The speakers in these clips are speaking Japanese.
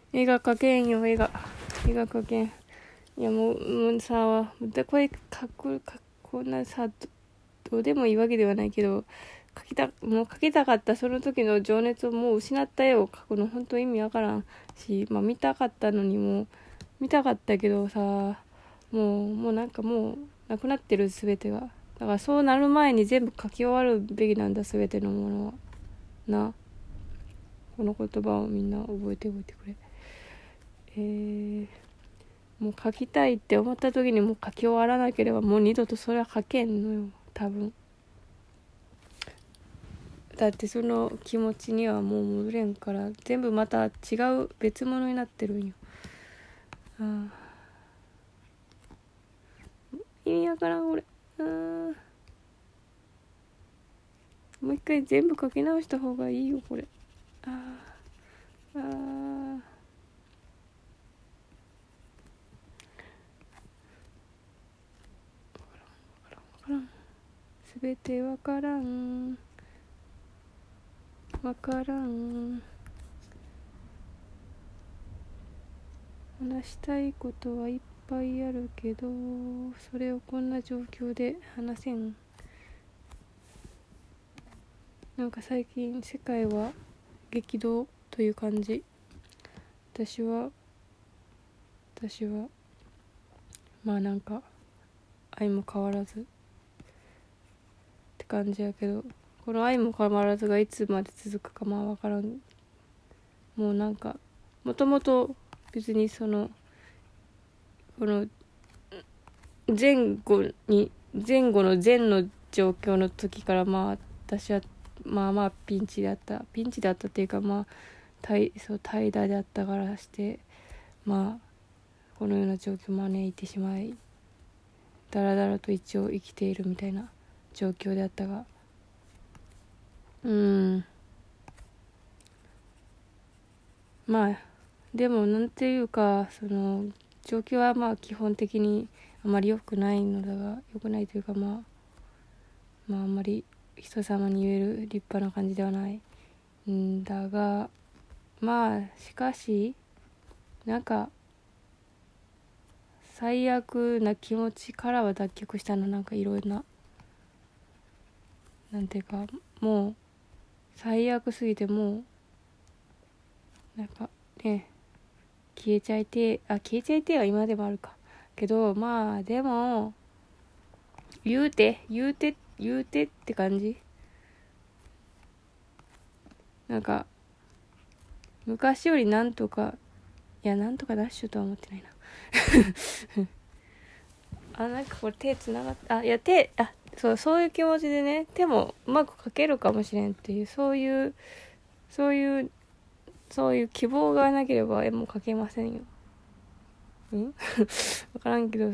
絵が描けんよ、絵が描けん。いやもうさ、これこんなさ、どうでもいいわけではないけど、もう描きたかったその時の情熱をもう失った絵を描くの本当意味わからんし、見たかったのにも見たかったけどさ、もうなんかもうなくなってる、全てが。だからそうなる前に全部書き終わるべきなんだ、全てのものはな。この言葉をみんな覚えておいてくれ。もう書きたいって思った時にもう書き終わらなければもう二度とそれは書けんのよ、多分。だってその気持ちにはもう戻れんから、全部また違う別物になってるんよ。意味わからん俺。もう一回全部書き直した方がいいよこれ。すべてわからん。話したいことはいっぱいあるけど、それをこんな状況で話せん。なんか最近世界は激動という感じ。私はなんか愛も変わらずって感じやけど、この愛も変わらずがいつまで続くか分からん。もうなんかもともと別にこの前後の前の状況の時から私はピンチだったっていうか怠惰であったからして、このような状況を招いてしまい、だらだらと一応生きているみたいな状況であったが、でもなんていうか、その状況は基本的にあまり良くないのだが、良くないというかあんまり人様に言える立派な感じではないんだが、しかしなんか最悪な気持ちからは脱却したの。なんかいろいろな、なんていうか、もう最悪すぎて、もうなんかね、消えちゃいては今でもあるかけど、でも言うてって感じ。なんか昔よりなんとかダッシュとは思ってないな。なんかこれ手つながったそういう気持ちでね、手もうまく描けるかもしれんっていう、そういう希望がなければ絵も描けませんよ。分からんけど、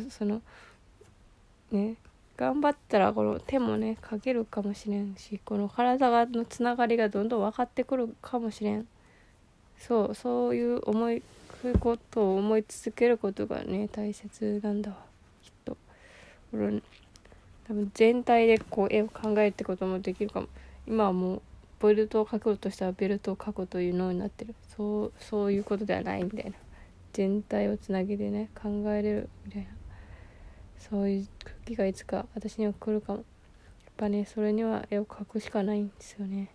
頑張ったらこの手もね描けるかもしれんし、この体のつながりがどんどん分かってくるかもしれん。そういうことを思い続けることがね大切なんだわ、きっと。多分全体でこう絵を考えるってこともできるかも。今はもうベルトを描こうとしたらベルトを描くという脳になってる。そういうことではないみたいな、全体をつなげてね考えれるみたいな、そういう空気がいつか私には来るかも。やっぱね、それには絵を描くしかないんですよね。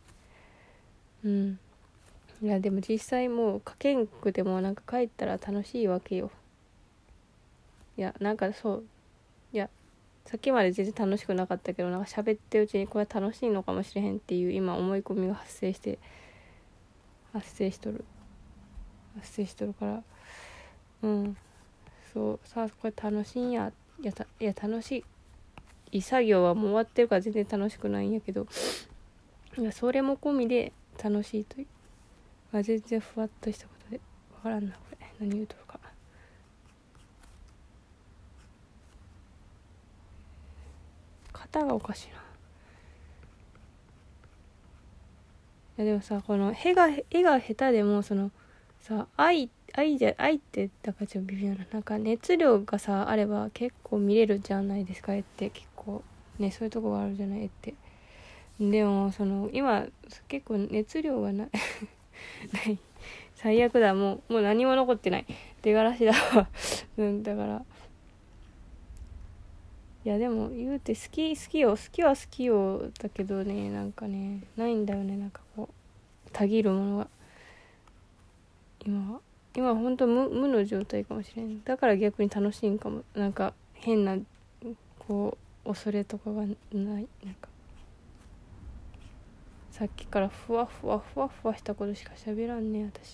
いやでも実際もう描けんくてもなんか描いたら楽しいわけよ。いやなんかさっきまで全然楽しくなかったけど、なんか喋ってるうちにこれ楽しいのかもしれへんっていう今思い込みが発生しとるからそうさあ、これ楽しいんや。いや楽しい作業はもう終わってるから全然楽しくないんやけど、いやそれも込みで楽しいという、全然ふわっとしたことでわからんな、これ何言うとるか。型がおかしいな。いやでもさ、この絵が下手でも愛ってだからちょっと微妙な、なんか熱量があれば結構見れるじゃないですか、絵って結構ね、そういうとこがあるじゃない、絵って。でも今結構熱量がないない最悪だ。もう何も残ってない。出がらしだわだからいやでも言うて好きは好きよだけどね、なんかねないんだよね、なんかこうたぎるものが今は本当無の状態かもしれん。だから逆に楽しいんかも。なんか変なこう恐れとかがない。なんかさっきからふわふわしたことしか喋らんね私。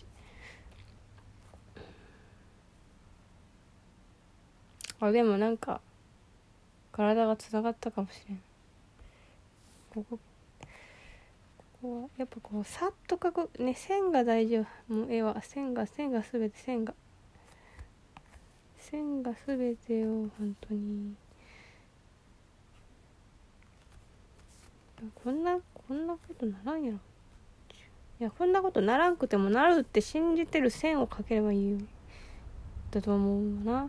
でもなんか体がつながったかもしれん。こうやっぱこうさっと描くね、線が大事よ。もう絵は線が全て線が全てよ本当に。こんなことならんやろ。いやこんなことならんくてもなるって信じてる線を描ければいいよだと思うな。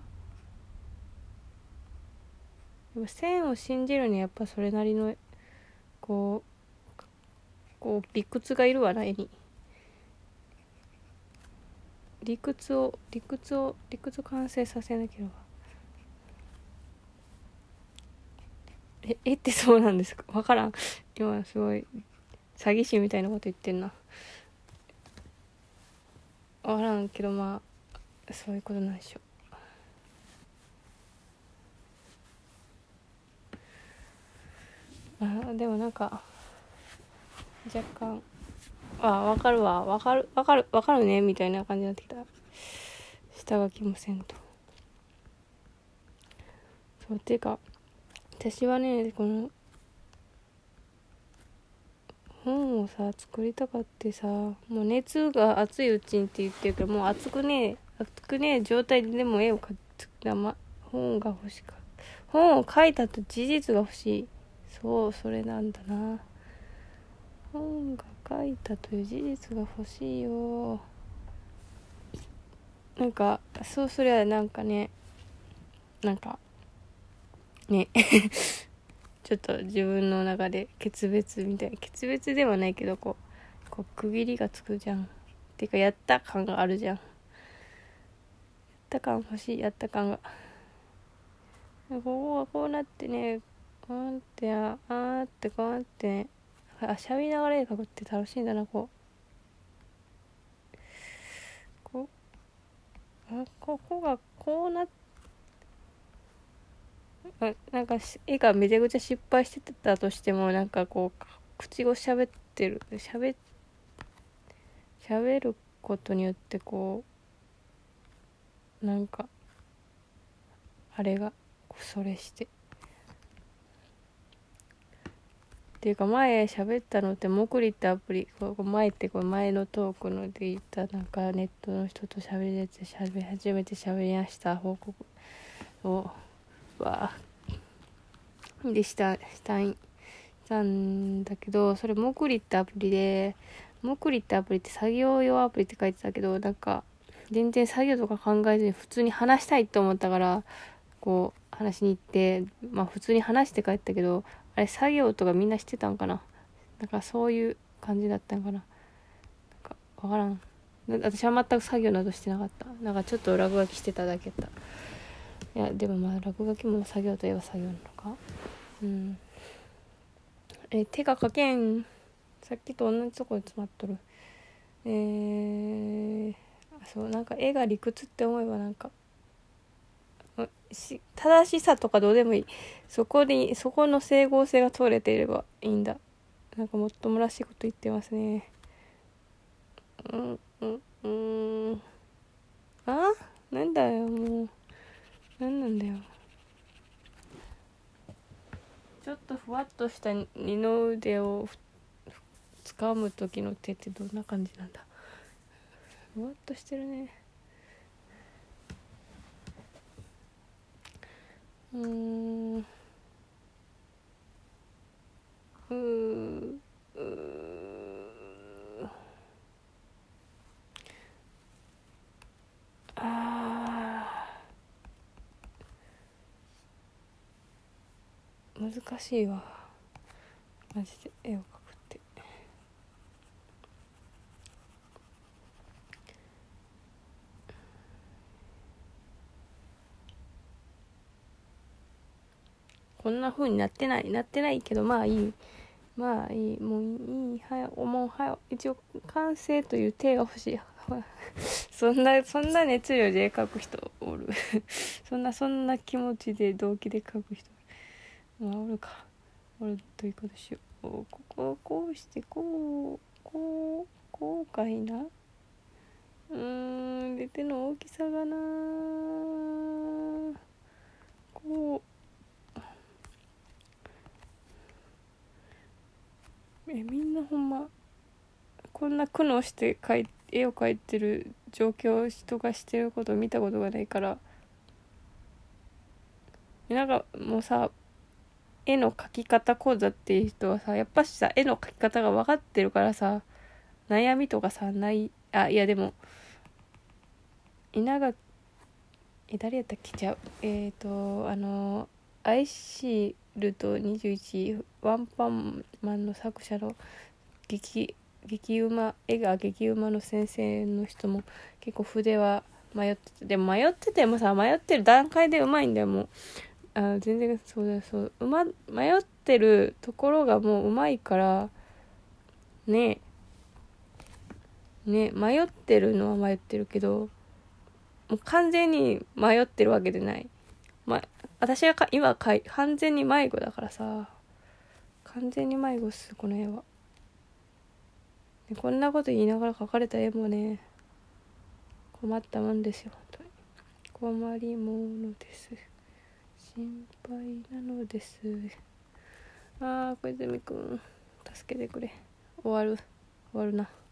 やっぱ線を信じるにはやっぱそれなりのこう理屈がいるわな、絵に。理屈を完成させなければ。絵ってそうなんですか、わからん。今すごい詐欺師みたいなこと言ってんな。わからんけどまあそういうことなんでしょう。でもなんか若干わかるねみたいな感じになってきた。下書きもせんと。そうっていうか私はね、この本をさ作りたかってさ、もう熱が熱いうちにって言ってるけど、もう熱くねえ状態でも絵を描く、本が欲しかった。本を書いたと事実が欲しい。それなんだな。本が書いたという事実が欲しいよ。なんかそうそりゃなんかねちょっと自分の中で決別ではないけどこう区切りがつくじゃん。ていうかやった感があるじゃん。やった感欲しい。やった感がここがこうなってね、こうなってこうなってね、喋りながら絵描くって楽しいんだな。ここがこうなってなんか絵がめちゃくちゃ失敗してたとしても、なんかこう口を喋ることによってこうなんかあれがそれしてっていうか、前喋ったのってモクリってアプリ、前ってこれ前のトークので言ったなんかネットの人と初めて喋りました報告をでしたんだけど、それモクリってアプリって作業用アプリって書いてたけど、なんか全然作業とか考えずに普通に話したいって思ったからこう話しに行って、普通に話して帰ったけど、あれ作業とかみんなしてたんかな。なんかそういう感じだったんかな。なんかわからん。私は全く作業などしてなかった。なんかちょっと落書きしてただけだった。いやでも落書きも作業といえば作業なのか。手がかけん。さっきと同じところで詰まっとる。そうなんか絵が理屈って思えばなんか正しさとかどうでもいい。そこの整合性が取れていればいいんだ。なんかもっともらしいこと言ってますね。なんだよもう。なんだよ。ちょっとふわっとした二の腕を掴む時の手ってどんな感じなんだ。ふわっとしてるね。難しいわマジで絵を描くって。 こんな風になってないけど、まあいいもういいもう一応完成という手が欲しいそんな熱量で描く人おるそんな気持ちで動機で描く人おるか。おるということしよう。こうしてこうかいな。出ての大きさがな、こうみんなほんまこんな苦悩して絵を描いてる状況を人がしてることを見たことがないから、なんかもうさ、絵の描き方講座っていう人はさ、やっぱしさ絵の描き方が分かってるからさ、悩みとかさない。いやでも稲垣誰やったっけ、ちゃうアイシールド21ワンパンマンの作者の絵が激うまの先生の人も結構筆は迷ってて、でも迷ってる段階でうまいんだよ。もう全然迷ってるところがもううまいからね。迷ってるのは迷ってるけど、もう完全に迷ってるわけでない。私が今完全に迷子だからさ、完全に迷子っすこの絵は。でこんなこと言いながら描かれた絵もね、困ったもんですよ。本当に困りものです。心配なのです。小泉くん助けてくれ。終わるな。